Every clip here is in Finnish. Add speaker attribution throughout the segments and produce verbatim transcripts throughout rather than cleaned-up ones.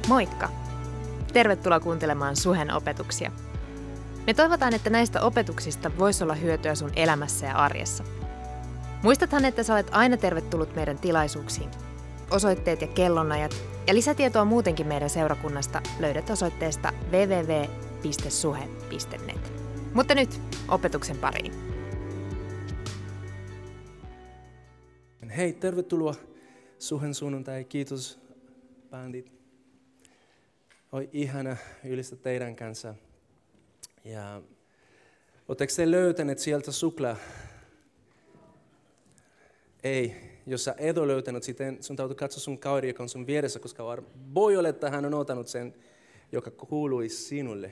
Speaker 1: Moikka! Tervetuloa kuuntelemaan Suhen opetuksia. Me toivotaan, että näistä opetuksista voisi olla hyötyä sun elämässä ja arjessa. Muistathan, että sä olet aina tervetullut meidän tilaisuuksiin. Osoitteet ja kellonajat ja lisätietoa muutenkin meidän seurakunnasta löydät osoitteesta double-u double-u double-u piste suhe piste net. Mutta nyt opetuksen pariin.
Speaker 2: Hei, tervetuloa Suhen sunnuntai. Kiitos bändit. Oi ihana ylistä teidän kanssa. Ja oletteko te löytäneet sieltä suklaa? Ei. Jos sä et ole löytänyt, sitten sun täytyy katsoa sun kaveri, joka on sun vieressä, koska voi olla, että hän on ottanut sen, joka kuuluisi sinulle.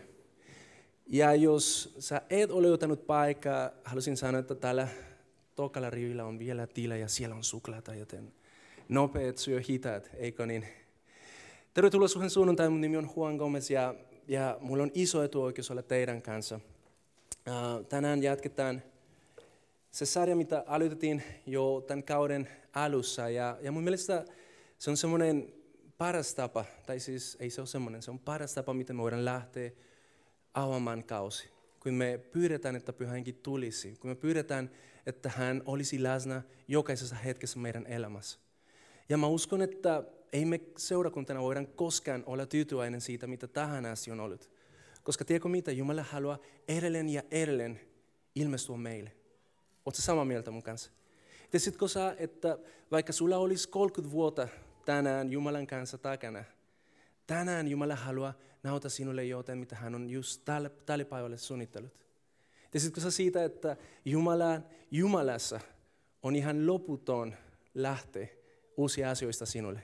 Speaker 2: Ja jos sä et ole löytänyt paikkaa, haluaisin sanoa, että täällä tokalla rivillä on vielä tilaa ja siellä on suklaata, joten nopeat syö hitaat, eikö niin? Tervetuloa Suhen sunnuntai, mun nimi on Juan Gomez ja, ja mulla on iso etuoikeus olla teidän kanssa. Uh, tänään jatketaan se sarja, mitä aloitettiin jo tämän kauden alussa. Ja, ja mun mielestä se on semmoinen paras tapa, tai siis ei se ole semmoinen, se on paras tapa, miten me voidaan lähteä avaamaan kausi. Kun me pyydetään, että Pyhä Henki tulisi, kun me pyydetään, että hän olisi läsnä jokaisessa hetkessä meidän elämässä. Ja mä uskon, että ei me seurakuntana voidaan koskaan olla tyytyväinen siitä, mitä tähän asti on ollut. Koska tiedätkö mitä, Jumala haluaa edelleen ja edelleen ilmestyä meille. Oletko samaa mieltä mun kanssa? Tiesitkö sä, että vaikka sulla olisi kolmekymmentä vuotta tänään Jumalan kanssa takana, tänään Jumala haluaa nauta sinulle jotain, mitä hän on just tälle, tälle päivälle suunnitellut. Tiesitkö sä siitä, että Jumalan, Jumalassa on ihan loputon lähte uusia asioista sinulle?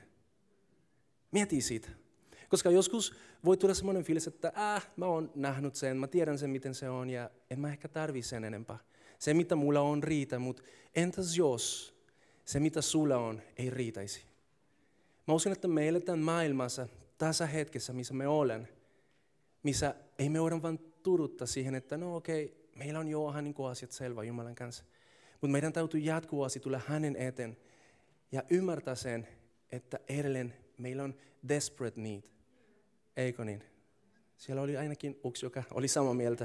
Speaker 2: Mieti siitä. Koska joskus voi tulla semmoinen fiilis, että äh, mä oon nähnyt sen, mä tiedän sen, miten se on ja en mä ehkä tarvitse sen enempää. Se, mitä mulla on, riitä, mutta entäs jos se, mitä sulla on, ei riitäisi? Mä uskon, että me eletään maailmassa tässä hetkessä, missä me olen, missä ei me voida vaan turuttaa siihen, että no okei, okay, meillä on jo ihan niin kuin asiat selvä Jumalan kanssa. Mutta meidän täytyy jatkuvasti tulla hänen eteen ja ymmärtää sen, että edelleen meillä on desperate need. Eikö niin? Siellä oli ainakin yksi, joka oli samaa mieltä.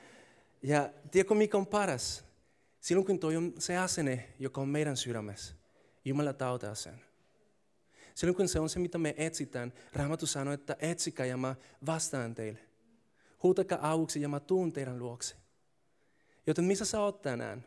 Speaker 2: Ja tiedätkö mikä on paras? Silloin kun toi on se asenne, joka on meidän sydämessä, Jumala tautaa sen. Silloin kun se on se, mitä me etsitään, Raamattu sanoo, että etsikää ja mä vastaan teille. Huutakaa avuksi ja mä tuun teidän luokse. Joten missä sä oot tänään?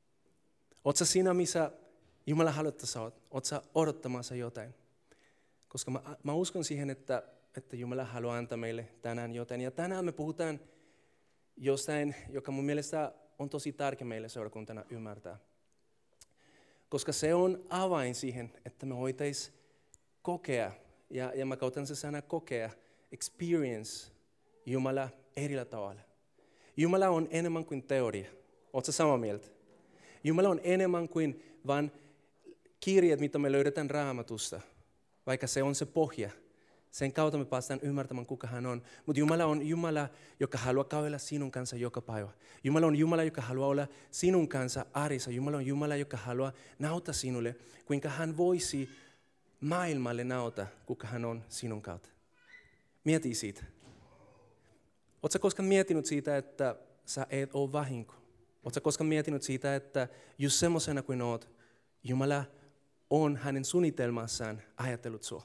Speaker 2: Oot sä siinä, missä Jumala haluaa, että sä oot? Oot sä odottamassa jotain? Koska mä, mä uskon siihen, että, että Jumala haluaa antaa meille tänään jotain. Ja tänään me puhutaan jostain, joka mun mielestä on tosi tärkeä meille seurakuntana ymmärtää. Koska se on avain siihen, että me voitaisiin kokea, ja, ja mä käytän se sana kokea, experience Jumala erillä tavalla. Jumala on enemmän kuin teoria. Oletko samaa mieltä? Jumala on enemmän kuin vain kirjat, mitä me löydetään Raamatusta. Vaikka se on se pohja. Sen kautta me päästään ymmärtämään, kuka hän on. Mutta Jumala on Jumala, joka haluaa kävellä sinun kanssa joka päivä. Jumala on Jumala, joka haluaa olla sinun kanssa arissa. Jumala on Jumala, joka haluaa nauta sinulle, kuinka hän voisi maailmalle nauta, kuka hän on sinun kautta. Mieti siitä. Oletko koskaan miettinyt siitä, että sä et ole vahinko? Oletko koskaan miettinyt siitä, että just semmoisena kuin oot, Jumala on hänen suunnitelmassaan ajatellut sua?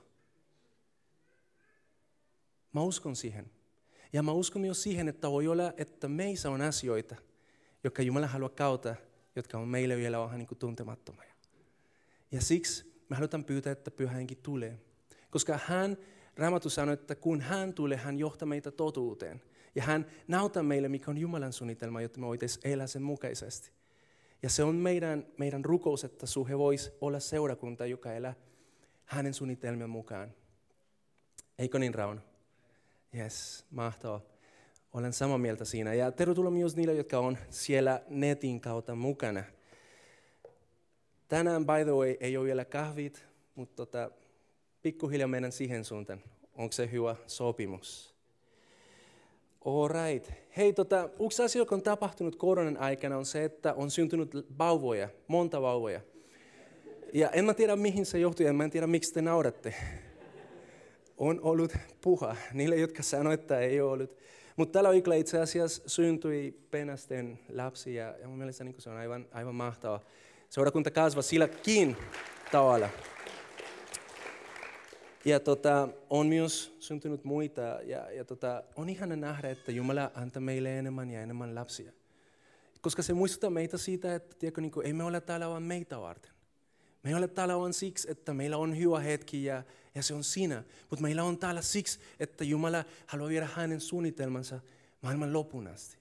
Speaker 2: Mä uskon siihen. Ja mä uskon myös siihen, että voi olla, että meissä on asioita, jotka Jumala haluaa kautta, jotka on meille vielä vähän niin kuin tuntemattomia. Ja siksi me halutaan pyytää, että Pyhä Henki tulee. Koska hän, Raamattu sanoi, että kun hän tulee, hän johtaa meitä totuuteen. Ja hän näyttää meille, mikä on Jumalan suunnitelma, jotta me voitaisiin elää sen mukaisesti. Ja se on meidän, meidän rukous, että Suhe voisi olla seurakunta, joka elää hänen suunnitelmien mukaan. Eikö niin, Rauno? Yes, mahtavaa. Olen samaa mieltä siinä. Ja tervetuloa myös niille, jotka on siellä netin kautta mukana. Tänään, by the way, ei ole vielä kahvit, mutta tota, pikkuhiljaa mennään siihen suuntaan. Onko se hyvä sopimus? All right. Hei, tota, yksi asia, joka on tapahtunut koronan aikana, on se, että on syntynyt vauvoja, monta vauvoja. Ja en mä tiedä, mihin se johtuu, ja mä en tiedä, miksi te nauratte. on ollut puha. Niille, jotka sanoivat, että ei ole ollut. Mutta tällä viikolla itse asiassa syntyi Penasten lapsi ja, ja mun mielestä niin se on aivan, aivan mahtava. Seurakunta kasvaa silläkin tavalla. Ja tota, on myös syntynyt muita ja, ja tota, on ihana nähdä, että Jumala antaa meille enemmän ja enemmän lapsia. Koska se muistuttaa meitä siitä, että tiedätkö, niin kuin, ei me ole täällä vain meitä varten. Me ei ole täällä vain siksi, että meillä on hyvä hetki ja, ja se on siinä. Mutta meillä on täällä siksi, että Jumala haluaa viedä hänen suunnitelmansa maailman lopun asti.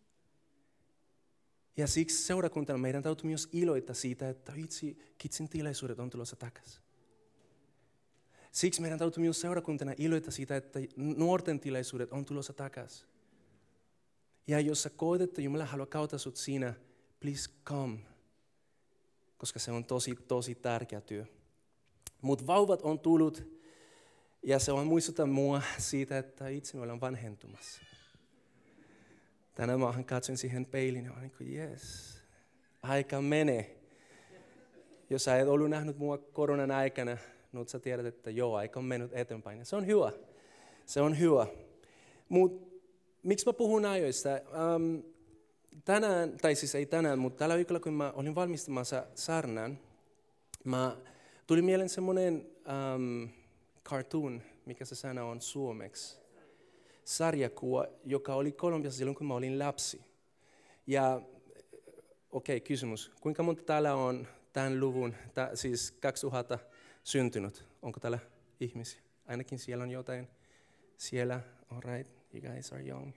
Speaker 2: Ja siksi seurakuntana meidän täytyy myös iloita siitä, että itse kitsin tilaisuudet on tulossa takaisin. Siksi meidän täytyy myös seurakuntana iloita siitä, että nuorten tilaisuudet on tulossa takaisin. Ja jos sä koet, että Jumala haluaa kautta sut siinä, please come. Koska se on tosi, tosi tärkeä työ. Mutta vauvat on tullut ja se on muistuttaa mua siitä, että itse olen vanhentumassa. Tänään mä katsoin siihen peiliin ja olen niin kuin, yes, aika menee. Jos sä et ollut nähnyt mua koronan aikana, nyt sä tiedät, että joo, aika on mennyt eteenpäin. Ja se on hyvä. Se on hyvä. Mut miksi mä puhun ajoista? Um, tänään, tai siis ei tänään, mutta tällä viikolla, kun mä olin valmistamassa saarnaan, mä tuli mieleen semmoinen um, cartoon, mikä se sana on suomeksi. Sarjakuva, joka oli Kolumbiassa silloin, kun mä olin lapsi. Ja okei, okay, kysymys. Kuinka monta täällä on tämän luvun, tää, siis kaksituhatta syntynyt? Onko täällä ihmisiä? Ainakin siellä on jotain. Siellä, all right, you guys are young.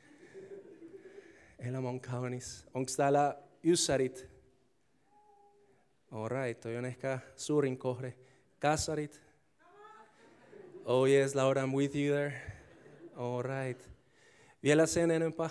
Speaker 2: Elämä on kaunis. Onko täällä yssärit? All right, toi on ehkä suurin kohde. Kassarit? Oh yes, Laura, I'm with you there. All right. Vielä sen enempää?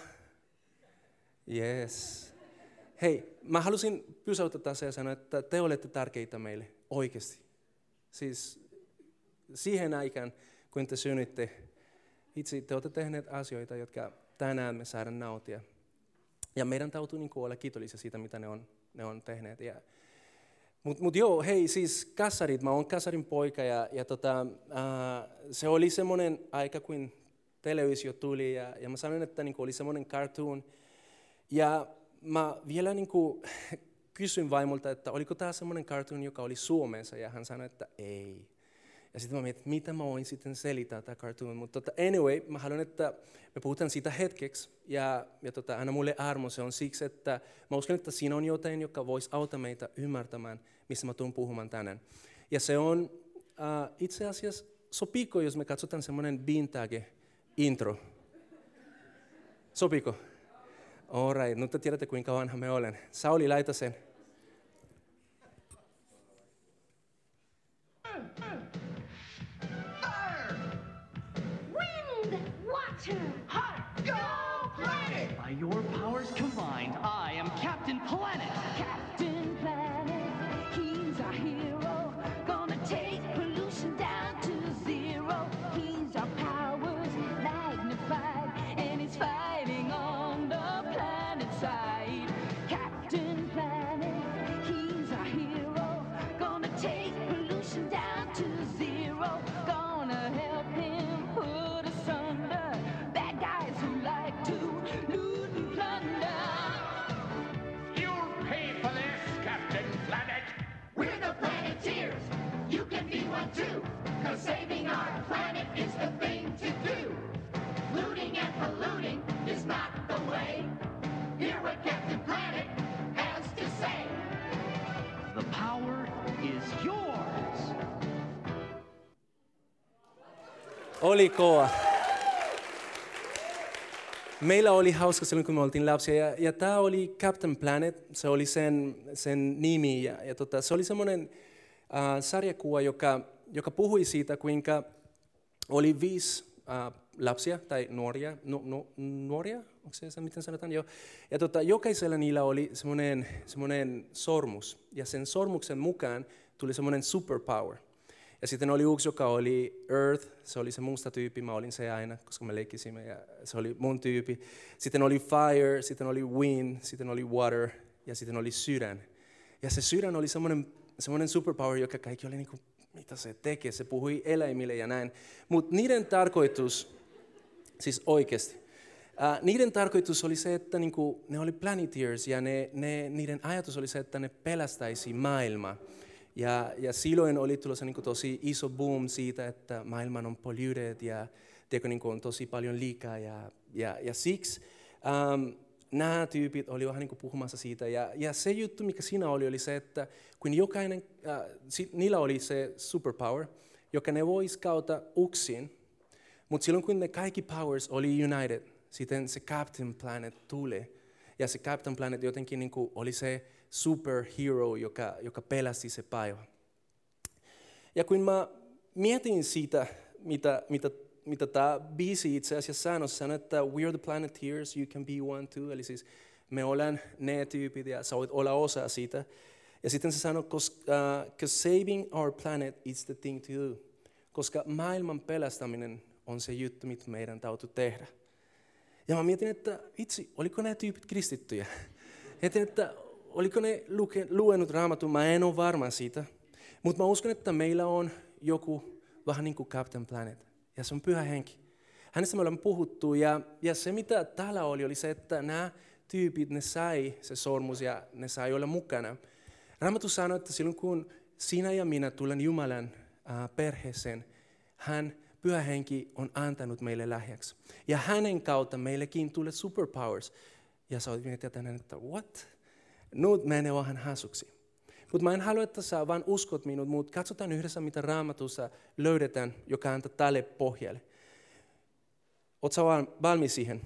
Speaker 2: Yes. Hei, mä halusin pysäyttää tässä ja sanoa, että te olette tärkeitä meille oikeasti. Siis siihen aikaan, kun te synnytte, itse te olette tehneet asioita, jotka tänään me saadaan nautia. Ja meidän täytyy niin olla kiitollisia siitä, mitä ne on, ne on tehneet. Mutta mut joo, hei, siis kassarit, mä oon kassarin poika ja, ja tota, äh, se oli semmoinen aika, kun televisio tuli ja, ja mä sanoin, että niin oli semmoinen cartoon. Ja mä vielä niin kuin, kysyin vaimolta, että oliko tämä semmoinen cartoon, joka oli Suomessa, ja hän sanoi, että ei. Ja sitten mä mietin, että mitä mä voin sitten selittää tämä cartoon. Mutta tota, anyway, mä haluan, että me puhutaan siitä hetkeksi, ja, ja tota, anna mulle armo, se on siksi, että mä uskon, että siinä on jotain, joka voisi auttaa meitä ymmärtämään, missä mä tuun puhumaan tänään. Ja se on uh, itse asiassa sopiiko, jos me katsotaan semmoinen vintage-intro. Sopiiko? All right, nyt te tiedätte, kuinka vanha me olen. Sauli, laita sen.
Speaker 3: Wind, water, heart, go planet!
Speaker 4: By your powers combined, I am Captain Planet.
Speaker 3: Captain Planet, he's our hero. Gonna take pollution down to zero. He's our powers magnified, and he's fighting on the planet side. Captain Planet, he's our hero. Gonna take pollution down to zero. Gonna help him put asunder bad guys who like to loot and plunder.
Speaker 5: You'll pay for this, Captain Planet.
Speaker 6: We're the Planeteers. You can be one too. Cause saving our planet is the thing to do. Looting and polluting is not the way. Hear what Captain Planet has to say.
Speaker 4: The power is yours.
Speaker 2: Oli kova. Meillä oli hauska silloin, kun me oltiin lapsia, ja, ja tämä oli Captain Planet, se oli sen, sen nimi, ja, ja tota, se oli semmoinen äh, sarjakuva, joka, joka puhui siitä, kuinka oli viisi äh, lapsia, tai nuoria, no, no, nuoria, onko se, se miten sanotaan jo, ja tota, jokaisella niillä oli semmoinen, semmoinen sormus, ja sen sormuksen mukaan tuli semmoinen superpower. Ja sitten oli yksi, joka oli Earth, se oli se musta tyyppi, mä olin se aina, koska me leikkisimme, ja se oli mun tyyppi. Sitten oli Fire, sitten oli Wind, sitten oli Water, ja sitten oli Sydän. Ja se sydän oli semmoinen, semmoinen superpower, joka kaikki oli niin kuin, mitä se tekee. Se puhui eläimille ja näin. Mutta niiden tarkoitus, siis oikeasti, uh, niiden tarkoitus oli se, että niinku, ne oli Planeteers ja ne, ne, niiden ajatus oli se, että ne pelastaisi maailmaa. Ja, ja silloin oli tulossa niinku tosi iso boom siitä, että maailman on polluted ja tiedätkö, niinku on tosi paljon liikaa. Ja, ja, ja siksi um, nämä tyypit oli vähän niinku puhumassa siitä. Ja, ja se juttu, mikä siinä oli, oli se, että kun jokainen, uh, si, niillä oli se superpower, joka ne voisi kautta yksin. Mutta silloin kun ne kaikki powers oli united, sitten se Captain Planet tuli. Ja se Captain Planet jotenkin niinku oli se superhero, joka, joka pelasti se päivä. Ja kun mä mietin siitä, mitä, mitä, mitä tämä biisi itse asiassa sanoi, sanoi, että we are the Planeteers, you can be one too. Eli siis me ollaan ne tyypit ja sä voit olla osa siitä. Ja sitten se sanoi, because uh, saving our planet is the thing to do. Koska maailman pelastaminen on se juttu, mitä meidän täytyy tehdä. Ja mä mietin, että itse, oliko nämä tyypit kristittyjä? Mietin, että oliko ne luke, luenut Raamatun, mä en ole varma siitä. Mutta mä uskon, että meillä on joku vähän niin kuin Captain Planet. Ja se on Pyhä Henki. Hänestä me ollaan puhuttu. Ja, ja se mitä täällä oli, oli se, että nämä tyypit, ne sai se sormus ja ne sai olla mukana. Raamattu sanoi, että silloin kun sinä ja minä tulen Jumalan äh, perheeseen, hän Pyhä Henki on antanut meille lahjaksi. Ja hänen kautta meillekin tulee superpowers. Ja sä oot miettiä tänään, että what? Nyt menee vähän hassuksi. Mutta mä en halua, että sä vaan uskot minut, mutta katsotaan yhdessä, mitä Raamatussa löydetään, joka antaa tälle pohjalle. Oot sä valmis siihen?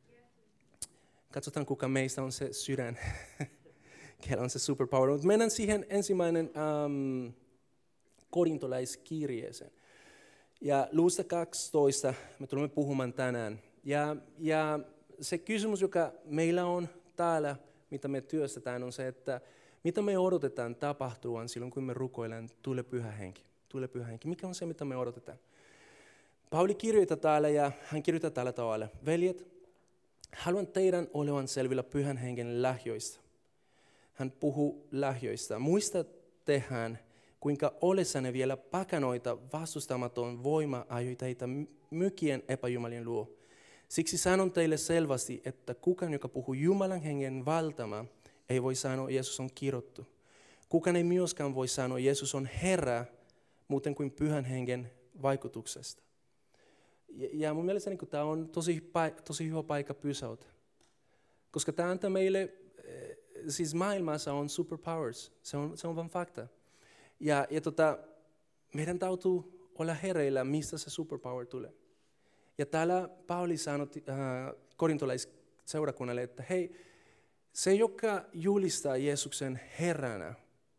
Speaker 2: Katsotaan, kuka meistä on se sydän. Kellä on se superpower. Mutta mennään siihen ensimmäinen um, korintolaiskirjeeseen. Ja luvusta kaksitoista me tulemme puhumaan tänään. Ja, ja se kysymys, joka meillä on täällä, mitä me työstetään, on se, että mitä me odotetaan tapahtuvan silloin, kun me rukoillaan, tule Pyhä Henki. Tule Pyhä Henki. Mikä on se, mitä me odotetaan? Pauli kirjoittaa täällä ja hän kirjoittaa tällä tavalla. Veljet, haluan teidän olevan selvillä Pyhän Hengen lahjoista. Hän puhuu lahjoista. Muistattehan, kuinka ollessanne vielä pakanoita vastustamaton voima ajoi teitä mykien epäjumalien luo. Siksi sanon teille selvästi, että kukaan, joka puhuu Jumalan hengen valtama, ei voi sanoa, Jeesus on kirottu. Kukaan ei myöskään voi sanoa, Jeesus on Herra, muuten kuin Pyhän Hengen vaikutuksesta. Ja, ja mun mielestä niin tämä on tosi, tosi hyvä paikka pysäytä. Koska tämä antaa meille, siis maailmassa on superpowers, se on, se on vain fakta. Ja, ja tota, meidän täytyy olla hereillä, mistä se superpower tulee. Ja täällä Pauli sanoi äh, korintolaisseurakunnalle, että hei, se joka julistaa Jeesuksen Herrana,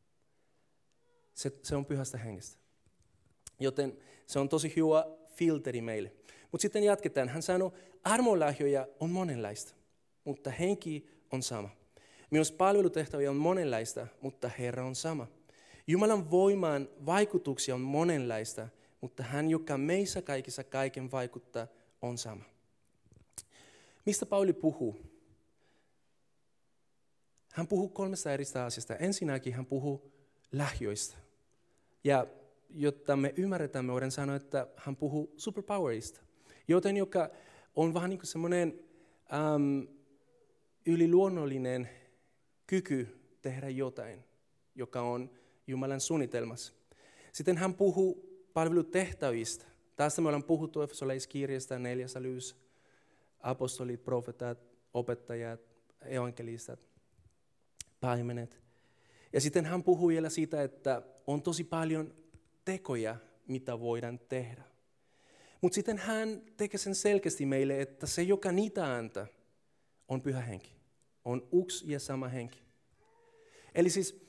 Speaker 2: se, se on Pyhästä Hengestä. Joten se on tosi hyvä filteri meille. Mutta sitten jatketaan. Hän sanoi, armolahjoja on monenlaista, mutta henki on sama. Myös palvelutehtäviä on monenlaista, mutta Herra on sama. Jumalan voiman vaikutuksia on monenlaista, mutta hän, joka meissä kaikissa kaiken vaikuttaa, on sama. Mistä Pauli puhuu? Hän puhuu kolmesta eri asiasta. Ensinnäkin hän puhuu lahjoista. Ja jotta me ymmärretään, me voidaan sanoa, että hän puhuu superpowerista. Joten joka on vähän niin kuin semmoinen um, yliluonnollinen kyky tehdä jotain, joka on Jumalan suunnitelmassa. Sitten hän puhuu palvelutehtävistä. Tästä me ollaan puhuttu Efesolaiskirjasta neljässä lyys. Apostolit, profetat, opettajat, evankelistat, paimenet. Ja sitten hän puhuu vielä siitä, että on tosi paljon tekoja, mitä voidaan tehdä. Mutta sitten hän tekee sen selkeästi meille, että se, joka niitä antaa, on Pyhä Henki. On yksi ja sama henki. Eli siis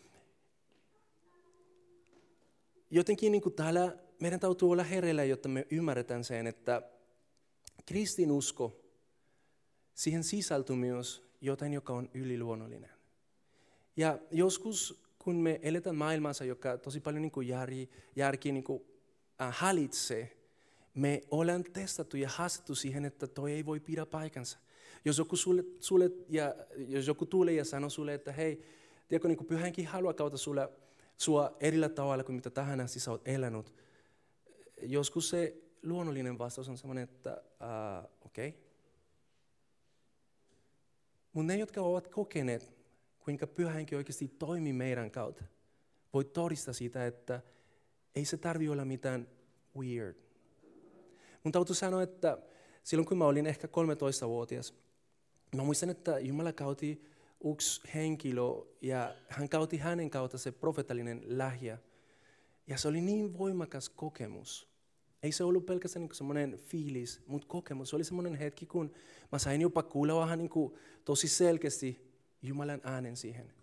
Speaker 2: jotenkin niin kuin täällä meidän täytyy olla hereillä, jotta me ymmärretään sen, että kristinusko, siihen sisältyy myös jotain, joka on yliluonnollinen. Ja joskus, kun me eletään maailmassa, joka tosi paljon niin kuin järki, järki niin kuin, äh, hallitsee, me ollaan testattu ja haastettu siihen, että toi ei voi pidä paikansa. Jos joku, sulle, sulle, ja, jos joku tulee ja sanoo sulle, että hei, tiedätkö, niin Pyhä Henki haluaa kautta sulle sua erillä tavalla kuin mitä tähän asti sä oot elänyt. Joskus se luonnollinen vastaus on sellainen, että uh, okei. Okay. Mutta ne, jotka ovat kokeneet, kuinka Pyhä Henki oikeasti toimii meidän kautta, voi todistaa siitä, että ei se tarvitse olla mitään weird. Mun täytyy sanoa, että silloin kun mä olin ehkä kolmetoistavuotias, mä muistan, että Jumala kauti yksi henkilö ja hän kauti hänen kautta se profeetallinen lahja. Ja se oli niin voimakas kokemus. Ei se ollut pelkästään niin semmoinen fiilis, mutta kokemus. Se oli semmoinen hetki, kun mä sain jopa kuulla vähän niin kuin tosi selkeästi Jumalan äänen siihen.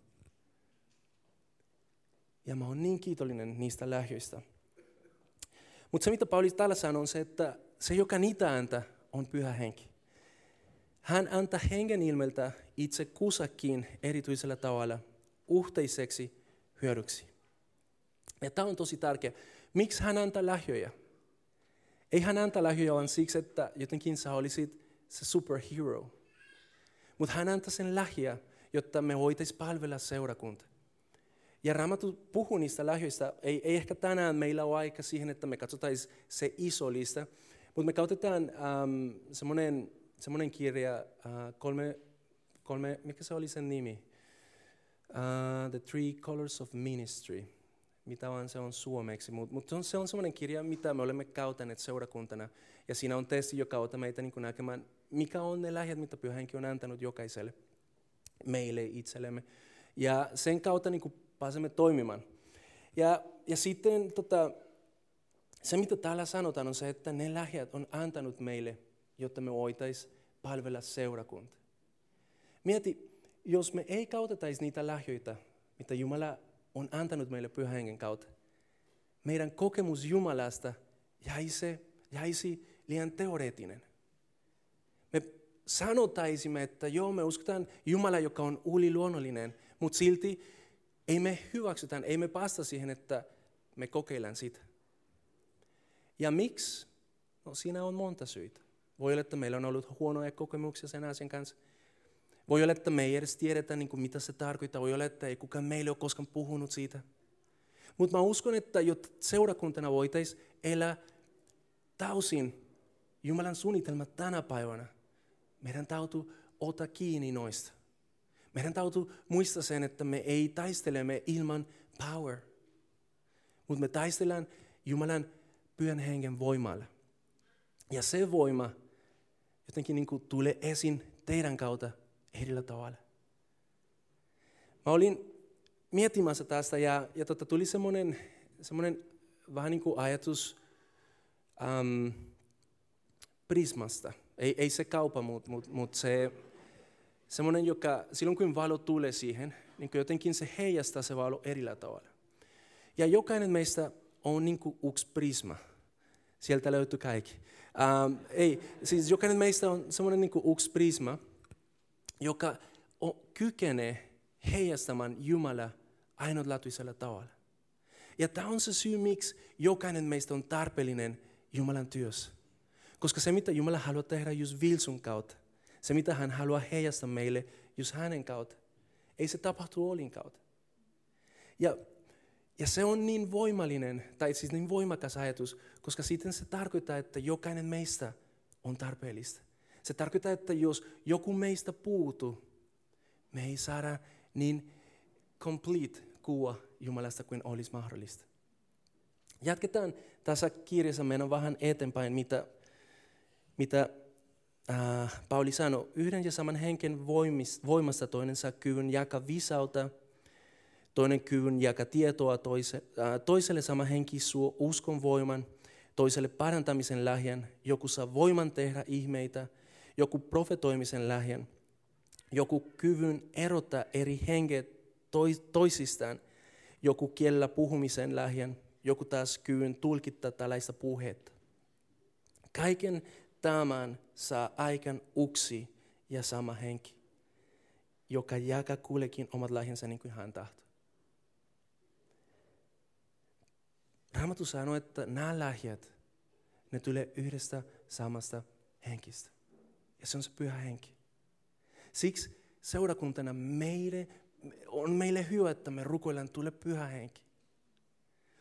Speaker 2: Ja mä oon niin kiitollinen niistä lahjoista. Mutta se, mitä Pauli täällä sanoo, on se, että se, joka niitä antaa, on Pyhä Henki. Hän antaa hengen ilmeltä itse kusakin erityisellä tavalla yhteiseksi hyödyksi. Ja tämä on tosi tärkeä. Miksi hän antaa lahjoja? Ei hän antaa lahjoja vain siksi, että jotenkin sä olisit se superhero. Mutta hän antaa sen lahja, jotta me voitaisiin palvella seurakunta. Ja Raamattu puhuu niistä lahjoista. Ei, ei ehkä tänään meillä ole aika siihen, että me katsotaan se iso lista. Mutta me käytetään ähm, semmoinen, semmoinen kirja, äh, kolme, kolme, mikä se oli sen nimi? Uh, The Three Colors of Ministry. Mitä vaan se on suomeksi, mutta mut se on semmoinen kirja, mitä me olemme käytäneet seurakuntana. Ja siinä on testi, joka auttaa meitä niin näkemään, mikä on ne lahjat, mitä Pyhä Henki on antanut jokaiselle, meille itsellemme. Ja sen kautta niin pääsemme toimimaan. Ja, ja sitten tota, se, mitä täällä sanotaan, on se, että ne lahjat on antanut meille, jotta me voitaisiin palvella seurakunta. Mieti, jos me ei käytetäisi niitä lahjoita, mitä Jumala on antanut meille Pyhän Hengen kautta, meidän kokemus Jumalasta jäisi, jäisi liian teoreettinen. Me sanotaisimme, että joo, me uskotaan Jumala, joka on yliluonnollinen, mutta silti ei me hyväksytään, ei me päästä siihen, että me kokeillaan sitä. Ja miksi? No siinä on monta syitä. Voi olla, että meillä on ollut huonoja kokemuksia sen asian kanssa. Voi olla, että me ei edes tiedetä, niin kuin, mitä se tarkoittaa. Voi olla, että ei kukaan meille ole koskaan puhunut siitä. Mutta mä uskon, että jotta seurakuntana voitaisiin elää täysin Jumalan suunnitelma tänä päivänä, meidän täytyy ottaa kiinni noista. Meidän täytyy muistaa sen, että me ei taistelemme ilman power, mutta me taistellaan Jumalan Pyhän Hengen voimalla. Ja se voima jotenkin niin kuin tulee esiin teidän kautta erillä tavalla. Mä olin miettimässä tästä ja, ja tota, tuli semmoinen, semmoinen vähän niin kuin ajatus um, prismasta. Ei, ei se kaupa, mutta mut, mut se semmoinen, joka silloin kun valo tulee siihen, niin jotenkin se heijastaa se valo erillä tavalla. Ja jokainen meistä on niin kuin yksi prisma. Sieltä löytyy kaikki. Um, ei, siis jokainen meistä on semmoinen niin kuin yksi prisma, joka on, kykenee heijastamaan Jumala ainutlaatuisella tavalla. Ja tämä on se syy, miksi jokainen meistä on tarpeellinen Jumalan työssä. Koska se, mitä Jumala haluaa tehdä just Vilsun kautta, se, mitä hän haluaa heijastaa meille just hänen kautta, ei se tapahtu Olin kautta. Ja, ja se on niin voimallinen, tai siis niin voimakas ajatus, koska sitten se tarkoittaa, että jokainen meistä on tarpeellista. Se tarkoittaa, että jos joku meistä puuttuu, me ei saada niin complete kuva Jumalasta kuin olisi mahdollista. Jatketaan tässä kirjassa, mennään vähän eteenpäin, mitä, mitä äh, Pauli sanoi. Yhden ja saman henken voimis, voimasta toinen saa kyvyn jakaa viisautta, toinen kyvyn jakaa tietoa, toise, äh, toiselle sama henki suo uskon voiman, toiselle parantamisen lahjan, joku saa voiman tehdä ihmeitä, joku profetoimisen lahjan, joku kyvyn erottaa eri henget toisistaan, joku kielellä puhumisen lahjan, joku taas kyvyn tulkittaa tällaista puhetta. Kaiken tämän saa aikaan yksi ja sama henki, joka jakaa kullekin omat lahjansa niin kuin hän tahtoo. Raamattu sanoo, että nämä lahjat, ne tulee yhdestä samasta henkistä. Ja se on se Pyhä Henki. Siksi seurakuntana meille, on meille hyvä, että me rukoillaan, tule Pyhä Henki.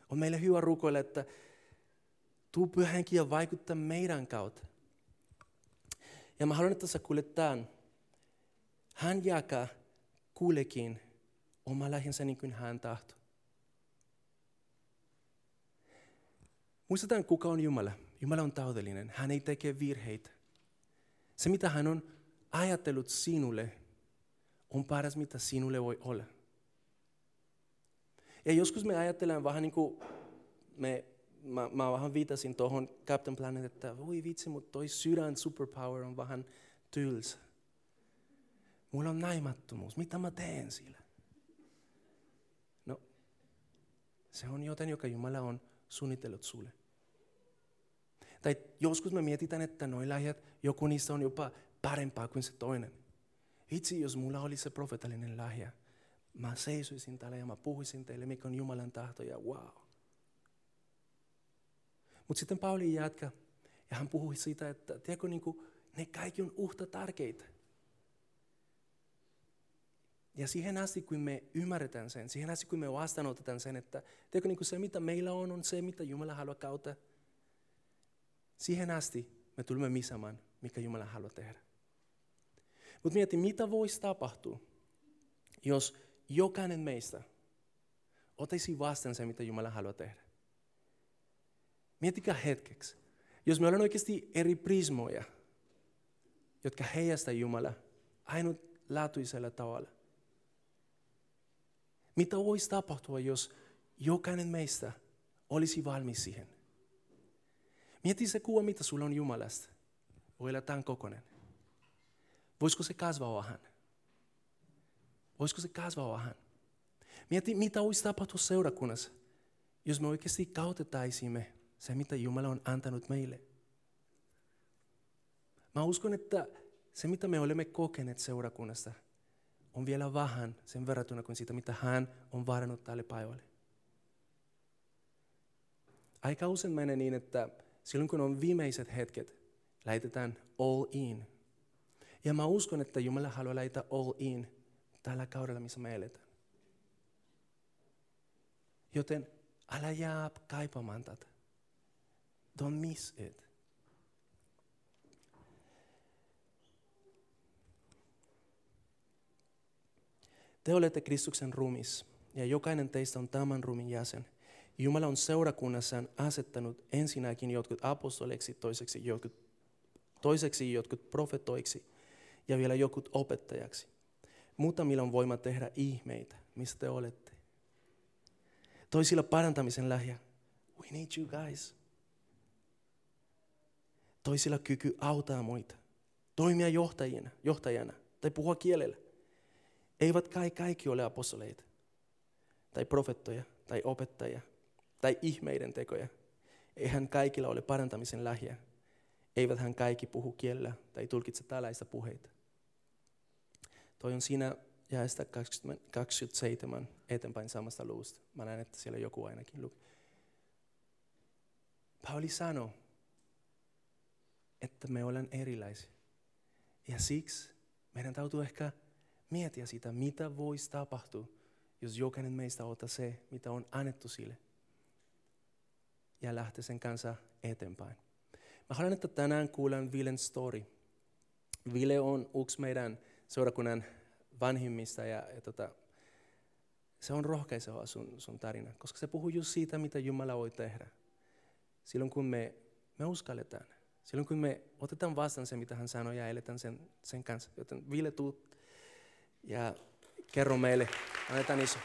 Speaker 2: On meille hyvä rukoilla, että tuu Pyhä Henki ja vaikuttaa meidän kautta. Ja mä haluan, että sä kuulet tämän. Hän jakaa kullekin oma lähinsä niin kuin hän tahtoo. Muistetaan, kuka on Jumala. Jumala on täydellinen. Hän ei tee virheitä. Se, mitä hän on ajatellut sinulle, on paras, mitä sinulle voi olla. Ja joskus me ajatellaan vähän niin kuin, me, mä, mä vähän viitasin tuohon Captain Planet, että voi vitsi, mutta toi sydän superpower on vähän tylsä. Mulla on naimattomuus, mitä mä teen sillä? No, se on jotain, joka Jumala on suunnitellut sulle. Tai joskus me mietitään, että noi lahjat, joku niistä on jopa parempaa kuin se toinen. Itse jos mulla oli se profeetallinen lahja, mä seisoisin täällä ja mä puhuisin teille, mikä on Jumalan tahto ja wow. Mutta sitten Pauli jatkaa ja hän puhui siitä, että tiedätkö, niin kuin, ne kaikki on yhtä tärkeitä. Ja siihen asti, kun me ymmärretään sen, siihen asti, kun me vastaanotetaan sen, että tiedätkö, niin kuin se, mitä meillä on, on se, mitä Jumala haluaa kautta. Siihen asti me tulemme misaamaan, mikä Jumala haluaa tehdä. Mutta mieti, mitä voisi tapahtua, jos jokainen meistä otaisi vastaan se, mitä Jumala haluaa tehdä. Miettikää hetkeksi. Jos me ollaan oikeasti eri prismoja, jotka heijastaa Jumala ainutlaatuisella tavalla. Mitä voisi tapahtua, jos jokainen meistä olisi valmis siihen? Mieti se kuva, mitä sulla on Jumalasta. Voi olla tämän kokoinen. Voisiko se kasvaa vähän? Voisiko se kasvaa vähän? Mieti, mitä olisi tapahtua seurakunnassa, jos me oikeasti kautetaisimme se, mitä Jumala on antanut meille. Mä uskon, että se, mitä me olemme kokeneet seurakunnasta, on vielä vähän sen verrattuna kuin sitä, mitä hän on varannut tälle päivälle. Aika usein menee niin, että silloin kun on viimeiset hetket, lähetetään all in. Ja mä uskon, että Jumala haluaa lähettää all in tällä kaudella, missä me eletään. Joten älä jää kaipaamaan tätä. Don't miss it. Te olette Kristuksen ruumis ja jokainen teistä on tämän ruumin jäsen. Jumala on seurakunnassaan asettanut ensinnäkin jotkut apostoleiksi, toiseksi jotkut, toiseksi jotkut profetoiksi ja vielä jotkut opettajaksi. Muutamilla on voima tehdä ihmeitä, mistä te olette. Toisilla parantamisen lahja. We need you guys. Toisilla kyky auttaa muita. Toimia johtajina, johtajana tai puhua kielellä. Eivät kai kaikki ole apostoleita tai profettoja tai opettajia tai ihmeiden tekoja. Eihän kaikilla ole parantamisen lahja. Eiväthän kaikki puhu kielellä tai tulkitse tällaista puheita. Toi on siinä jaesta kaksikymmentäseitsemän eteenpäin samasta luvusta. Mä näen, että siellä joku ainakin luki. Pauli sanoo, että me ollaan erilaisia. Ja siksi meidän täytyy ehkä miettiä sitä, mitä voisi tapahtua, jos jokainen meistä ottaa se, mitä on annettu sille. Ja lähtee sen kanssa eteenpäin. Mä haluan, että tänään kuulen Vilen story. Vile on yksi meidän seurakunnan vanhimmista ja, ja tota, se on rohkaiseva sun, sun tarina, koska se puhuu just siitä, mitä Jumala voi tehdä. Silloin kun me, me uskalletaan, silloin kun me otetaan vastaan se, mitä hän sanoi ja eletään sen, sen kanssa. Joten Ville, tuu ja kerro meille, annetaan iso.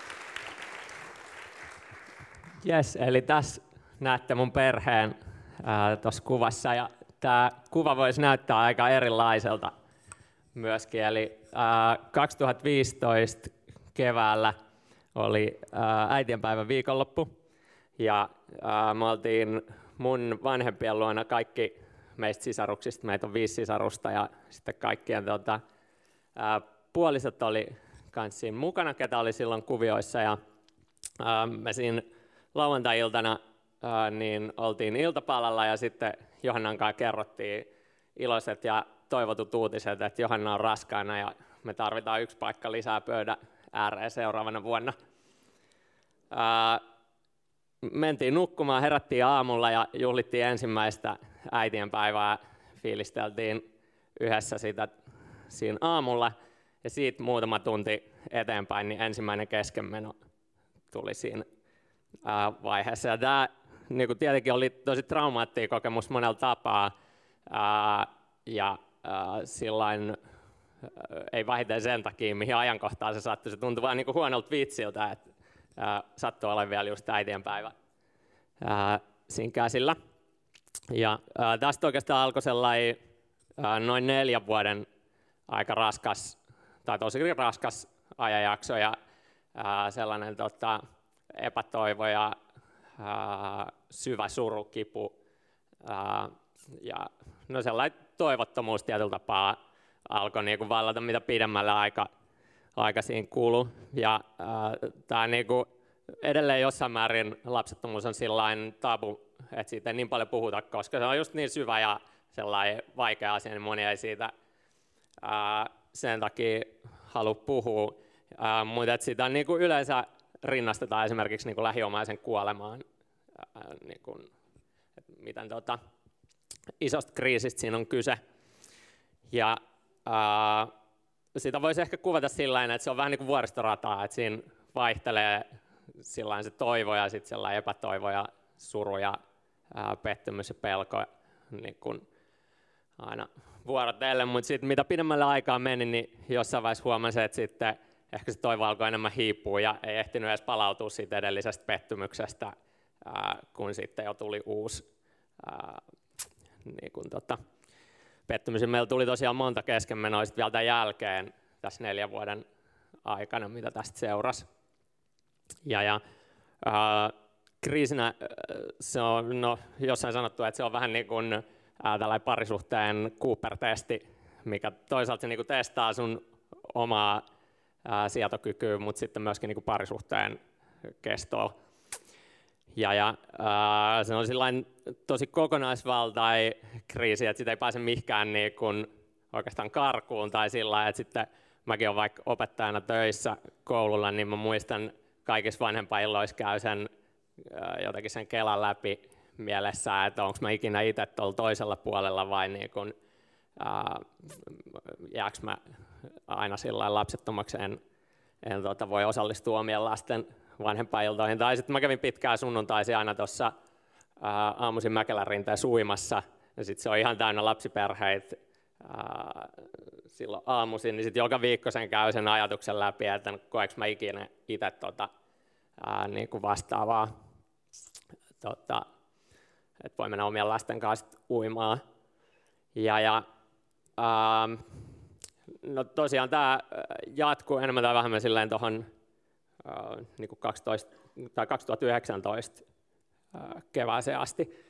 Speaker 7: Jes, eli tässä näette mun perheen tuossa kuvassa ja tämä kuva voisi näyttää aika erilaiselta myöskin. Eli ää, kaksituhattaviisitoista keväällä oli ää, äitienpäivän viikonloppu ja ää, me oltiin mun vanhempien luona kaikki meistä sisaruksista, meitä on viisi sisarusta ja sitten kaikkien tota, ää, puolisot oli kans siinä mukana, ketä oli silloin kuvioissa ja ää, me siinä lauantai-iltana ää, niin oltiin iltapalalla ja sitten Johannan kanssa kerrottiin iloiset ja toivotut uutiset, että Johanna on raskaana ja me tarvitaan yksi paikka lisää pöydän ääreen seuraavana vuonna. Ää, mentiin nukkumaan, herättiin aamulla ja juhlittiin ensimmäistä äitienpäivää, fiilisteltiin yhdessä sitä siinä aamulla ja siitä muutama tunti eteenpäin niin ensimmäinen keskenmeno tuli siinä ää, vaiheessa. Ja tämä niin kuin tietenkin oli tosi traumaattinen kokemus monella tapaa ää, ja ää, sillain ei vähiten sen takia, mihin ajankohtaan se sattui. Se tuntui vaan niin kuin huonolta vitsiltä, että ää, sattui olemaan vielä just äitienpäivä ää, siinä käsillä. Ja ää, tästä oikeastaan alkoi sellainen ää, noin neljän vuoden aika raskas, tai tosi raskas ajanjakso ja ää, sellainen tota, epätoivo ja ää, syvä suru, kipu ää, ja no sellainen toivottomuus tietyllä tapaa alkoi niinku vallata mitä pidemmälle aika, aika siinä kului. Ja tämä niinku, edelleen jossain määrin lapsettomuus on sillain tabu, että siitä ei niin paljon puhuta, koska se on just niin syvä ja sellainen vaikea asia, niin moni ei siitä ää, sen takia halua puhua. Ää, mutta sitä niinku yleensä rinnastetaan esimerkiksi niinku lähiomaisen kuolemaan, ää, niinku, miten tota, isosta kriisistä siinä on kyse. Ja Uh, sitä voisi ehkä kuvata sillä että se on vähän niin kuin vuoristorataa, että siinä vaihtelee sillain se toivo ja sitten sellainen epätoivo ja suru ja uh, pettymys ja pelko niin kuin aina vuorotellen, mutta sitten mitä pidemmälle aikaa meni, niin jossain vaiheessa huomasin, että sitten ehkä se toivo alkoi enemmän hiipua ja ei ehtinyt edes palautua siitä edellisestä pettymyksestä, uh, kun sitten jo tuli uusi uh, niin kuin tota, pettymys. Meillä tuli tosiaan monta keskenmenoa vielä tämän jälkeen tässä neljän vuoden aikana, mitä tästä seurasi. Ja, ja äh, kriisinä se on no, jossain sanottu, että se on vähän niin kuin äh, tällainen parisuhteen Cooper-testi, mikä toisaalta se niin kuin testaa sun omaa äh, sietokykyä, mutta sitten myöskin niin kuin parisuhteen kestoa. Ja, ja äh, se on sillain tosi kokonaisvaltainen kriisi, että sitä ei pääse mihinkään niin kuin oikeastaan karkuun tai sillä että sitten mäkin olen vaikka opettajana töissä koululla, niin mä muistan kaikissa vanhempainilloissa käy sen äh, jotenkin sen kelan läpi mielessä, että onko mä ikinä itse tuolla toisella puolella vai niin kuin, äh, jääkö mä aina sillä lapsettomaksi en, en tota, voi osallistua omien lasten vanhempainiltoihin. Tai sitten mä kävin pitkään sunnuntaisin aina tuossa aamuisin Mäkelän rinteen suimassa, ja sitten se on ihan täynnä lapsiperheitä ää, silloin aamuisin, niin sitten joka viikko sen käy sen ajatuksen läpi, että koeks mä ikinä itse tota, ää, niin kuin vastaavaa, tota, että voi mennä omien lasten kanssa uimaan. Ja, ja ää, no tosiaan tämä jatkuu enemmän tai vähemmän silleen tuohon Uh, niin kuin kaksitoista, tai kaksituhattayhdeksäntoista uh, kevääseen asti.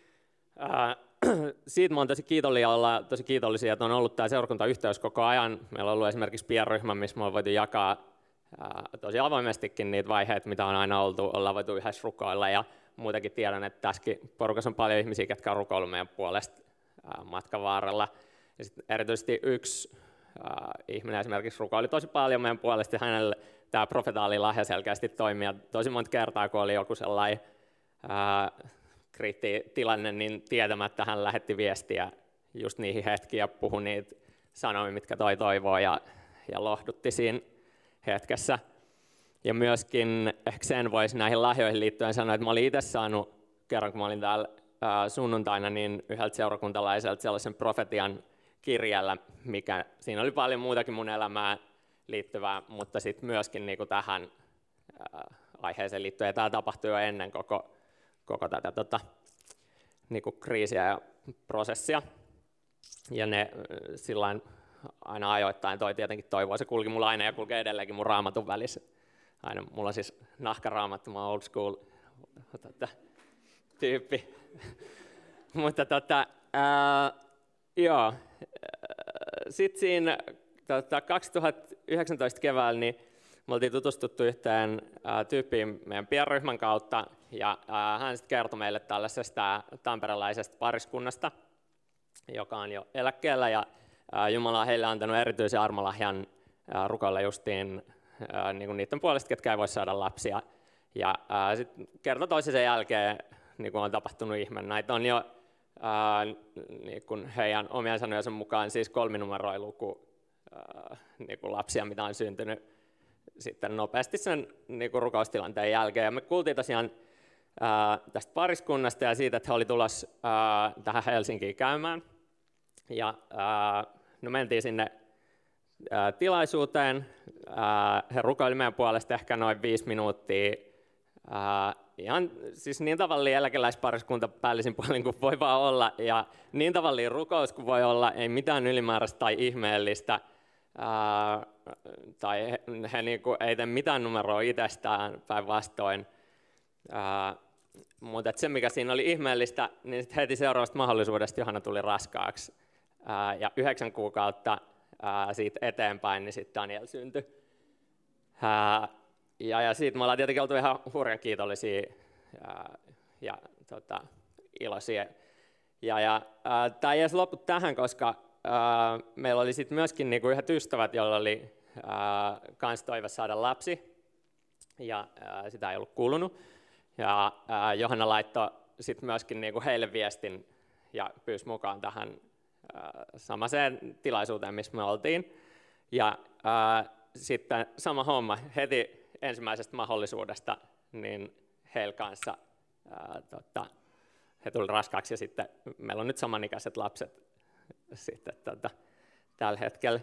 Speaker 7: Uh, siitä mä oon tosi kiitollinen olla tosi kiitollisia, että on ollut tämä seurakuntayhteys koko ajan. Meillä on ollut esimerkiksi pienryhmä, missä me on voitu jakaa uh, tosi avoimestikin niitä vaiheita, mitä on aina oltu, ollaan voitu yhdessä rukoilla. Ja muutenkin tiedän, että tässäkin porukassa on paljon ihmisiä, jotka on rukoillut meidän puolesta uh, matkan varrella. Ja sit erityisesti yksi uh, ihminen esimerkiksi rukoili tosi paljon meidän puolesta, hänelle tämä profetaalilahja selkeästi toimii. Ja tosi monta kertaa, kun oli joku sellainen ää, kriittitilanne, niin tietämättä hän lähetti viestiä just niihin hetkiin ja puhui niitä sanoja, mitkä toi toivoa ja, ja lohdutti siinä hetkessä. Ja myöskin ehkä sen voisi näihin lahjoihin liittyen sanoa, että mä olin itse saanut kerran, kun mä olin täällä ää, sunnuntaina, niin yhdeltä seurakuntalaiselta sellaisen profetian kirjalla, mikä siinä oli paljon muutakin mun elämää liittyvää, mutta sitten myöskin niinku tähän ää, aiheeseen liittyen. Ja tämä tapahtui jo ennen koko, koko tätä tota, niinku kriisiä ja prosessia. Ja ne sillain aina ajoittain toi tietenkin toivoa. Se kulki mulla aina ja kulkee edelleenkin mun raamatun välissä. Aina, mulla on siis nahkaraamattu, mä oon old school tota, tyyppi. mutta tota, ää, joo. Sitten siinä tota, kaksituhattayhdeksäntoista keväällä niin me oltiin tutustuttu yhteen ää, tyyppiin meidän pienryhmän kautta, ja ää, hän sitten kertoi meille tällaisesta tamperelaisesta pariskunnasta, joka on jo eläkkeellä, ja ää, Jumala on heille antanut erityisen armolahjan ää, rukoilla justiin ää, niinku niiden puolesta, ketkä ei voi saada lapsia. Ja ää, sit kerta toisen jälkeen niin kun on tapahtunut ihme. Näitä on jo ää, niin kun heidän omien sanojensa mukaan siis kolminumeroi luku ää, niin kun lapsia, mitä on syntynyt sitten nopeasti sen niin kun rukoustilanteen jälkeen. Ja me kuultiin tosiaan ää, tästä pariskunnasta ja siitä, että he oli tulossa ää, tähän Helsinkiin käymään. Ja ää, no mentiin sinne ää, tilaisuuteen. Ää, he rukoili meidän puolesta ehkä noin viisi minuuttia. Ää, ihan siis niin tavallinen eläkeläispariskunta päällisin puolin kuin voi vaan olla. Ja niin tavallinen rukous kuin voi olla, ei mitään ylimääräistä tai ihmeellistä. Ää, tai he, he niinku, ei tee mitään numeroa itsestään päinvastoin. Ää, mutta se, mikä siinä oli ihmeellistä, niin sit heti seuraavasta mahdollisuudesta Johanna tuli raskaaksi. Ää, ja yhdeksän kuukautta ää, siitä eteenpäin, niin sitten Daniel syntyi. Ää, ja, ja siitä me ollaan tietenkin oltu ihan hurjan kiitollisia ää, ja tota, iloisia. Ja, ja tämä ei edes loppu tähän, koska ää, meillä oli sit myöskin niinku yhdet ystävät, joilla oli ää, kans toive saada lapsi. Ja ää, sitä ei ollut kuulunut. Ja ää, Johanna laittoi sit myöskin niinku heille viestin ja pyysi mukaan tähän ää, samaiseen tilaisuuteen, missä me oltiin. Ja ää, sitten sama homma, heti ensimmäisestä mahdollisuudesta, niin heillä kanssa ää, tota, he tuli raskaaksi ja sitten meillä on nyt samanikäiset lapset sitten tota, tällä hetkellä.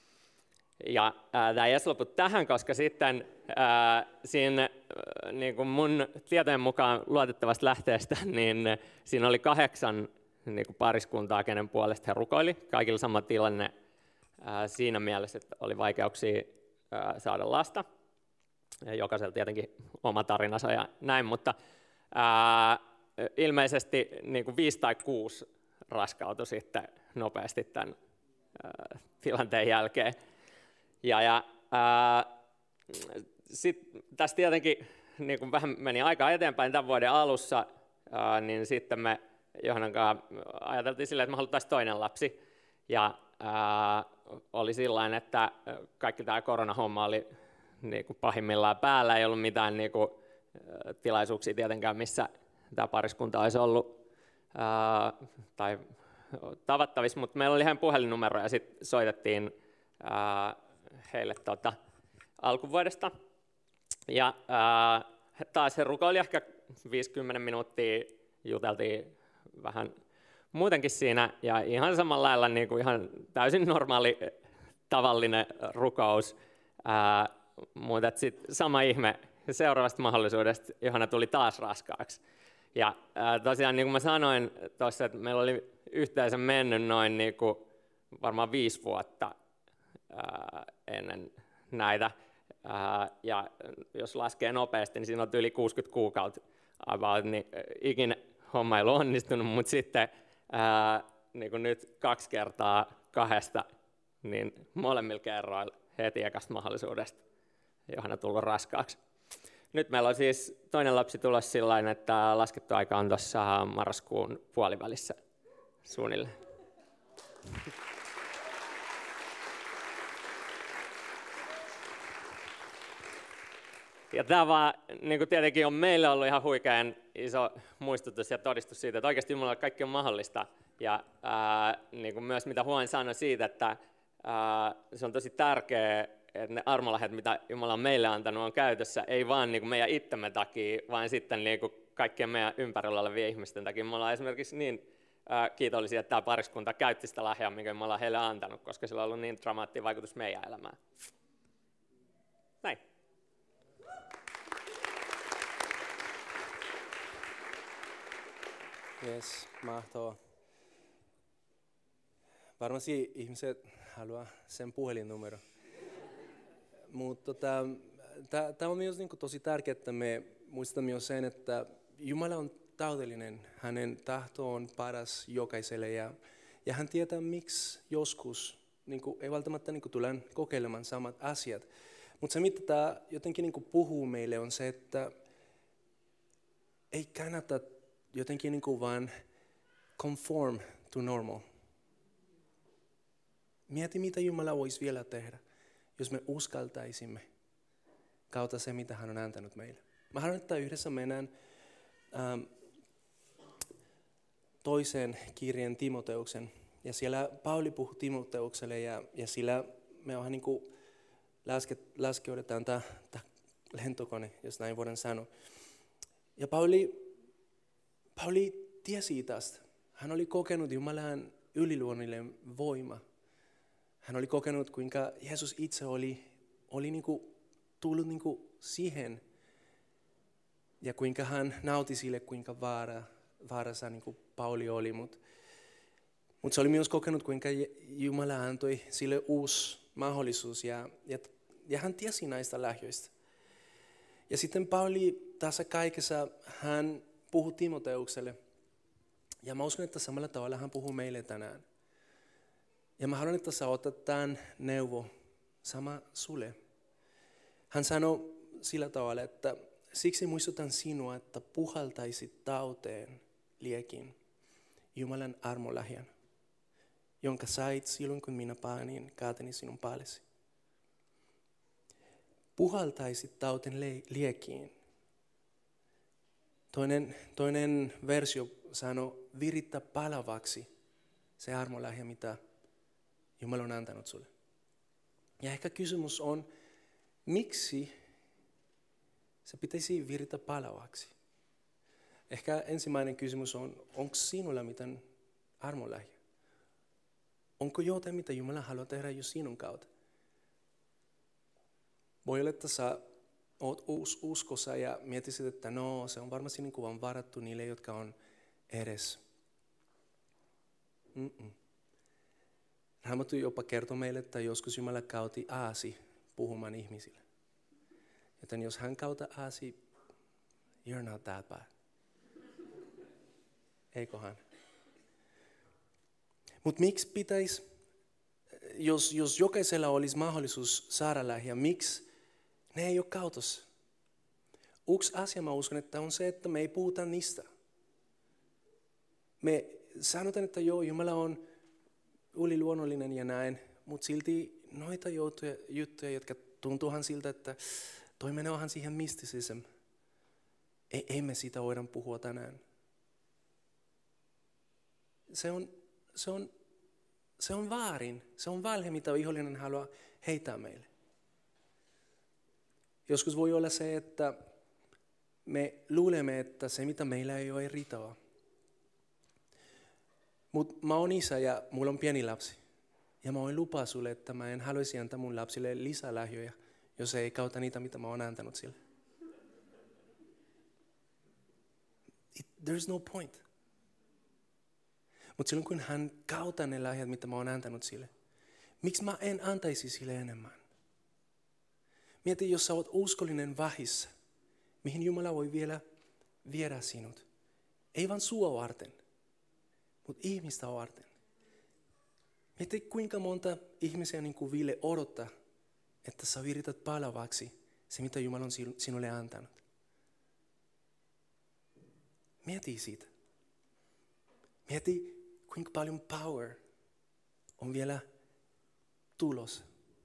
Speaker 7: Ja ää, tämä ei edes lopu tähän, koska sitten ää, siinä ää, niin kuin mun tietojen mukaan luotettavasta lähteestä, niin siinä oli kahdeksan niin kuin pariskuntaa, kenen puolesta he rukoili. Kaikilla sama tilanne ää, siinä mielessä, että oli vaikeuksia ää, saada lasta. Ja jokaisella tietenkin oma tarinansa ja näin, mutta ää, ilmeisesti niin kuin viisi tai kuusi raskautui sitten nopeasti tämän ää, tilanteen jälkeen. Ja, ja ää, sit tässä tietenkin niin kun vähän meni aikaa eteenpäin tämän vuoden alussa, ää, niin sitten me Johannan kanssa ajateltiin silleen, että me haluttaisiin toinen lapsi. Ja ää, oli sillain, että kaikki tämä koronahomma oli niin kuin pahimmillaan päällä, ei ollut mitään niin kuin, tilaisuuksia tietenkään, missä tämä pariskunta olisi ollut ää, tai tavattavissa, mutta meillä oli ihan puhelinnumero ja sitten soitettiin ää, heille tota, alkuvuodesta. Ja ää, taas he rukoili ehkä viisikymmentä minuuttia, juteltiin vähän muutenkin siinä ja ihan samalla lailla niin kuin ihan täysin normaali tavallinen rukous. Ää, mutta sitten sama ihme seuraavasta mahdollisuudesta Johanna tuli taas raskaaksi. Ja ää, tosiaan niin kuin mä sanoin tuossa, että meillä oli yhteensä mennyt noin niin kuin varmaan viisi vuotta ää, ennen näitä. Ää, ja jos laskee nopeasti, niin siinä on yli kuusikymmentä kuukautta about, niin ikinä homma ei ole onnistunut, mutta sitten ää, niin kuin nyt kaksi kertaa kahdesta, niin molemmilla kerroilla heti ekasta mahdollisuudesta Johanna tullut raskaaksi. Nyt meillä on siis toinen lapsi tulossa sillain, että laskettu aika on tuossa marraskuun puolivälissä suunnilleen. Ja tämä vaan niin tietenkin on meille ollut ihan huikean iso muistutus ja todistus siitä, että oikeasti Jumalalle kaikki on mahdollista. Ja ää, niin kuin myös mitä Juan sanoi siitä, että ää, se on tosi tärkeää, että ne armolahjat, mitä Jumala on meille antanut, on käytössä, ei vaan niin kuin meidän itsemme takia, vaan sitten niin kuin kaikkien meidän ympärillä olevien ihmisten takia. Me ollaan esimerkiksi niin ää, kiitollisia, että tämä pariskunta käytti sitä lahjaa, minkä me ollaan heille antanut, koska sillä on ollut niin dramaattinen vaikutus meidän elämään. Näin.
Speaker 2: Yes, mahtavaa. Varmasti ihmiset haluaa sen puhelinnumero. Mutta tota, tämä on myös niinku tosi tärkeää, että me muistamme myös sen, että Jumala on täydellinen. Hänen tahto on paras jokaiselle ja, ja hän tietää, miksi joskus niinku, ei välttämättä niinku, tule kokeilemaan samat asiat. Mutta se, mitä tämä jotenkin niinku, puhuu meille, on se, että ei kannata jotenkin niinku, vaan conform to normal. Mieti, mitä Jumala voisi vielä tehdä, jos me uskaltaisimme kautta se, mitä hän on antanut meille. Mä haluan, että yhdessä mennään ähm, toiseen kirjeen Timoteuksen. Ja siellä Pauli puhui Timoteukselle ja, ja sillä me vähän niin kuin läske, läskeytetään tämä lentokone, jos näin voidaan sanoa. Ja Pauli, Pauli tiesi tästä. Hän oli kokenut Jumalan yliluonnollinen voima. Hän oli kokenut, kuinka Jeesus itse oli, oli niin kuin tullut niin kuin siihen. Ja kuinka hän nauti sille, kuinka vaara, vaarassa niin kuin Pauli oli. Mutta mut se oli myös kokenut, kuinka Jumala antoi sille uusi mahdollisuus. Ja, ja, ja hän tiesi näistä lahjoista. Ja sitten Pauli tässä kaikessa, hän puhui Timoteukselle. Ja mä uskon, että samalla tavalla hän puhuu meille tänään. Ja mä haluan, että sä otat tämän neuvo sama sulle. Hän sanoi sillä tavalla, että siksi muistutan sinua, että puhaltaisit tauteen liekin Jumalan armolahjan, jonka sait silloin, kun minä panin kaateni sinun päällesi. Puhaltaisit tauteen liekiin. Toinen, toinen versio sanoo, virittä palavaksi se armolahja, mitä Jumala on antanut sulle. Ja ehkä kysymys on, miksi se pitäisi viritä palavaksi? Ehkä ensimmäinen kysymys on, onko sinulla mitään armolahja? Onko jotain, mitä Jumala haluaa tehdä jo sinun kautta? Voi olla, että sä oot uus, uskossa ja mietisit, että no, se on varmasti niin kuin varattu niille, jotka on edes. Mm-mm. Raamattu jopa kertoo meille, että joskus Jumala kauti aasi puhumaan ihmisille. Joten jos hän kautta aasi, you're not that bad. Eiköhän? Mutta miksi pitäisi, jos, jos jokaisella olisi mahdollisuus saada lahja, miksi ne ei ole kautossa? Yksi asia mä uskon, että on se, että me ei puhuta niistä. Me sanotaan, että joo, Jumala on yliluonnollinen ja näin, mutta silti noita juttuja, juttuja, jotka tuntuuhan siltä, että toi meneehan siihen mysticism. Ei, ei me siitä voida puhua tänään. Se on, se on, se on väärin. Se on valhe, mitä vihollinen haluaa heittää meille. Joskus voi olla se, että me luulemme, että se mitä meillä ei ole riittävää. Mutta mä oon isä ja mulla on pieni lapsi. Ja mä voin lupaa sulle, että mä en haluaisi antaa mun lapsille lisää lahjoja, jos ei kauta niitä, mitä mä oon antanut sille. It, there's no point. Mutta silloin kun hän kautaa ne lahjat, mitä mä oon antanut sille, miksi mä en antaisi sille enemmän? Mieti, jos sä oot uskollinen vähissä, mihin Jumala voi vielä viedä sinut. Ei vaan sua varten, mutta ihmistä varten. Mieti, kuinka monta ihmisiä niin kuin Ville odottaa, että sä virität palavaksi se, mitä Jumala on sinulle antanut. Mieti siitä. Mieti, kuinka paljon power on vielä tulossa.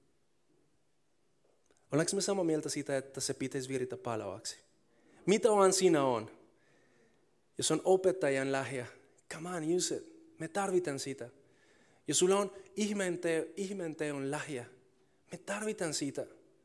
Speaker 2: Ollaanko me samaa mieltä siitä, että se pitäisi viritä palavaksi? Mitä vaan siinä on? Jos on opettajan lahja, come on, use it. Me tarvitaan sitä. Jos sulla on ihmeenteon lahja, me tarvitaan sitä.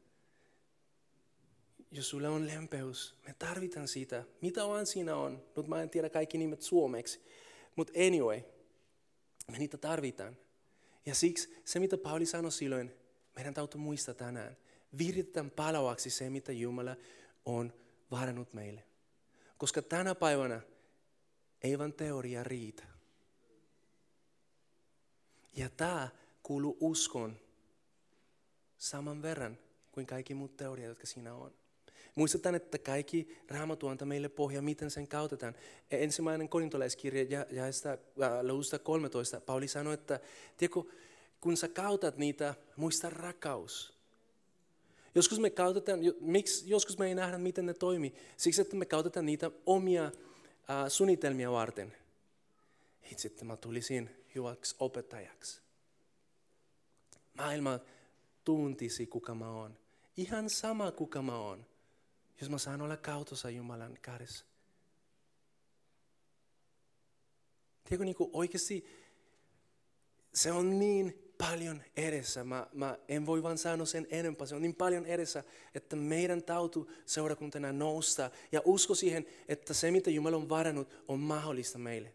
Speaker 2: Jos sulla on lempeys, me tarvitaan sitä. Mitä vaan siinä on? Nyt mä en tiedä kaikki nimet suomeksi. Mutta anyway, me niitä tarvitaan. Ja siksi se, mitä Pauli sanoi silloin, meidän täytyy muistaa tänään. Viritetään palavaksi se, mitä Jumala on varannut meille. Koska tänä päivänä ei vain teoria riitä. Ja tämä kuuluu uskon saman verran kuin kaikki muut teoriat, jotka siinä on. Muistetaan, että kaikki Raamattu antaa meille pohja, miten sen käytetään. Ensimmäinen korintolaiskirja ja, ja sitä, luvusta kolmetoista, Pauli sanoi, että tiedätkö, kun sä käytät niitä, muista rakkaus. Joskus me käytetään, miksi joskus me ei nähdä, miten ne toimii? Siksi, että me käytetään niitä omia äh, suunnitelmia varten. Itse, että mä tulisin hyväksi opettajaksi. Maailma tuntisi, kuka mä oon. Ihan sama, kuka mä oon. jos mä saan olla kautossa Jumalan kädessä. Tiedätkö, niin kuin oikeasti se on niin paljon edessä. Mä, mä en voi vaan sanoa sen enempää. Se on niin paljon edessä, että meidän täytyy seurakuntana nousta ja usko siihen, että se mitä Jumala on varannut on mahdollista meille.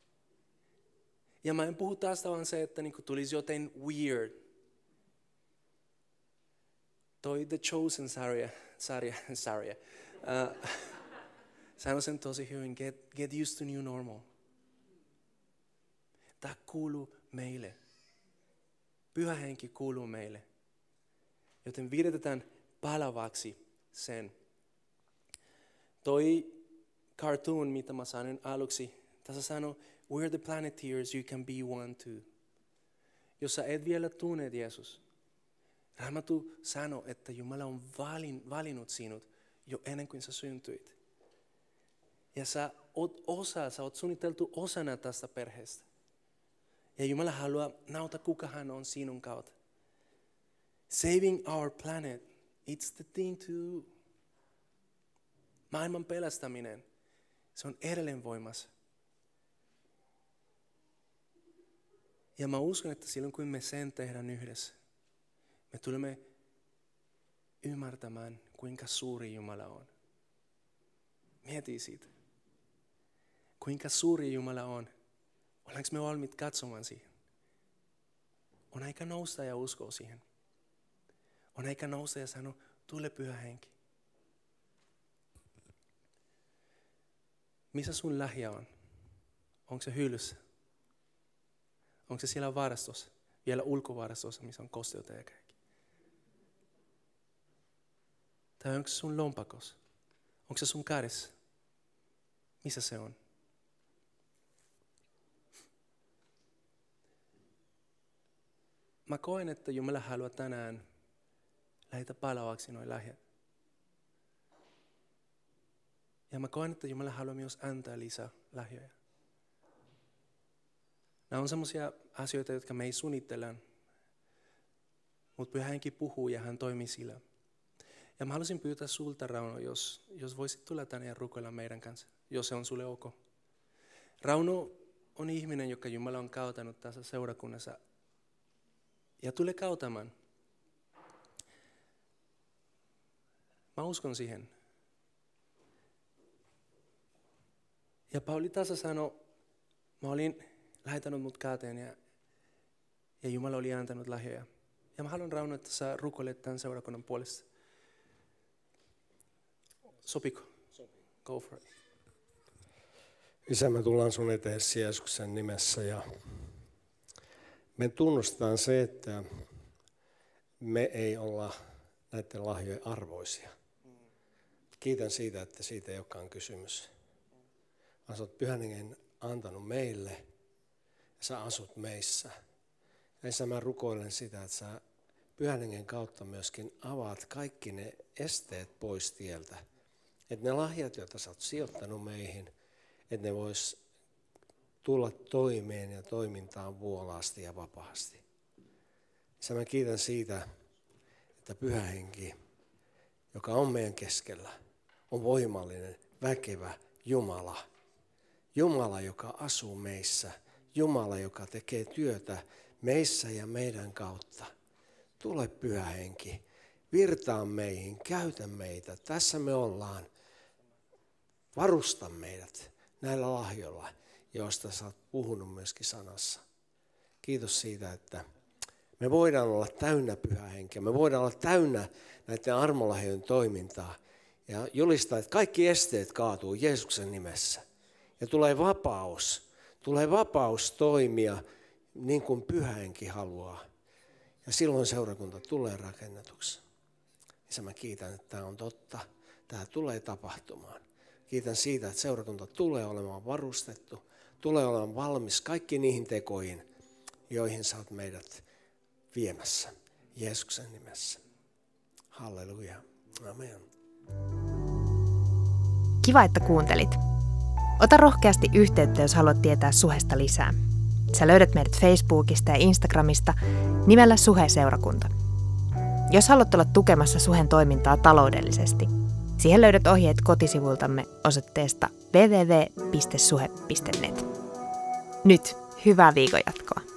Speaker 2: Ja mä en puhu tästä vaan se, että niin kuin tulisi jotain weird. Toi The Chosen-sarja, sarja, sarja. Uh, sano sen tosi hyvin, get, get used to new normal. Tämä kuuluu meille. Pyhä henki kuuluu meille. Joten viritetään palavaksi sen. Toi cartoon, mitä mä sanoin aluksi, tässä sanoo, we're the Planeteers, you can be one too. Jos sä et vielä tunne Jeesus, Raamattu sanoo, että Jumala on valin, valinnut sinut jo ennen kuin sä syntyit. Ja sä oot osa, sä oot suunniteltu osana tästä perheestä. Ja Jumala haluaa nauttia kuka hän on sinun kautta. Saving our planet, it's the thing to do. Maailman pelastaminen, se on edelleen voimassa. Ja mä uskon, että silloin kun me sen tehdään yhdessä, me tulemme ymmärtämään, kuinka suuri Jumala on. Mieti siitä. Kuinka suuri Jumala on. Ollaanko me valmiit katsomaan siihen? On aika nousta ja uskoa siihen. On aika nousta ja sanoa, tule Pyhä Henki. Missä sun lahja on? Onko se hyllyssä? Onko se siellä varastossa? Vielä ulkovarastossa, missä on kosteutta ja kaikki? Tai onko se sun lompakossa? Onko se sun kädessä? Missä se on? Mä koen, että Jumala haluaa tänään lähetä palavaksi noin lahjat. Ja mä koen, että Jumala haluaa myös antaa lisää lahjoja. Nämä on sellaisia asioita, jotka me ei suunnitella, mutta Pyhä Henki puhuu ja hän toimii sillä. Ja mä haluaisin pyytää sulta, Rauno, jos, jos voisit tulla tänne ja rukoilla meidän kanssa, jos se on sulle ok. Rauno on ihminen, joka Jumala on kautanut tässä seurakunnassa. Ja tule kautamaan. Mä uskon siihen. Ja Pauli tässä sanoi, mä olin lähetänyt mut käteen ja, ja Jumala oli antanut lahjoja. Ja mä haluan, Rauno, että sä rukoilet tämän seurakunnan puolesta. Sopiko? Go for it.
Speaker 8: Isä, me tullaan sun eteesi Jeesuksen nimessä ja me tunnustetaan se, että me ei olla näiden lahjojen arvoisia. Kiitän siitä, että siitä ei olekaan kysymys. Vaan sä oot Pyhän Hengen antanut meille ja sä asut meissä. Ja Isä, mä rukoilen sitä, että sä Pyhän Hengen kautta myöskin avaat kaikki ne esteet pois tieltä. Että ne lahjat, joita sä oot sijoittanut meihin, että ne vois tulla toimeen ja toimintaan vuolaasti ja vapaasti. Isä, mä kiitän siitä, että Pyhä Henki, joka on meidän keskellä, on voimallinen, väkevä Jumala. Jumala, joka asuu meissä. Jumala, joka tekee työtä meissä ja meidän kautta. Tule Pyhä Henki, virtaa meihin, käytä meitä. Tässä me ollaan. Varusta meidät näillä lahjoilla, joista sä oot puhunut myöskin sanassa. Kiitos siitä, että me voidaan olla täynnä Pyhää Henkeä. Me voidaan olla täynnä näiden armolahjojen toimintaa ja julistaa, että kaikki esteet kaatuu Jeesuksen nimessä. Ja tulee vapaus, tulee vapaus toimia niin kuin Pyhä Henki haluaa. Ja silloin seurakunta tulee rakennetuksi. Ja mä kiitän, että tämä on totta. Tämä tulee tapahtumaan. Kiitän siitä, että seurakunta tulee olemaan varustettu, tulee olemaan valmis kaikkiin niihin tekoihin, joihin sä oot meidät viemässä. Jeesuksen nimessä. Halleluja. Amen.
Speaker 1: Kiva, että kuuntelit. Ota rohkeasti yhteyttä, jos haluat tietää Suhesta lisää. Sä löydät meidät Facebookista ja Instagramista nimellä Suhe-seurakunta. Jos haluat olla tukemassa Suhen toimintaa taloudellisesti, Siihen löydät ohjeet kotisivuiltamme osoitteesta double-u double-u double-u piste suhe piste net. Nyt hyvää viikon jatkoa.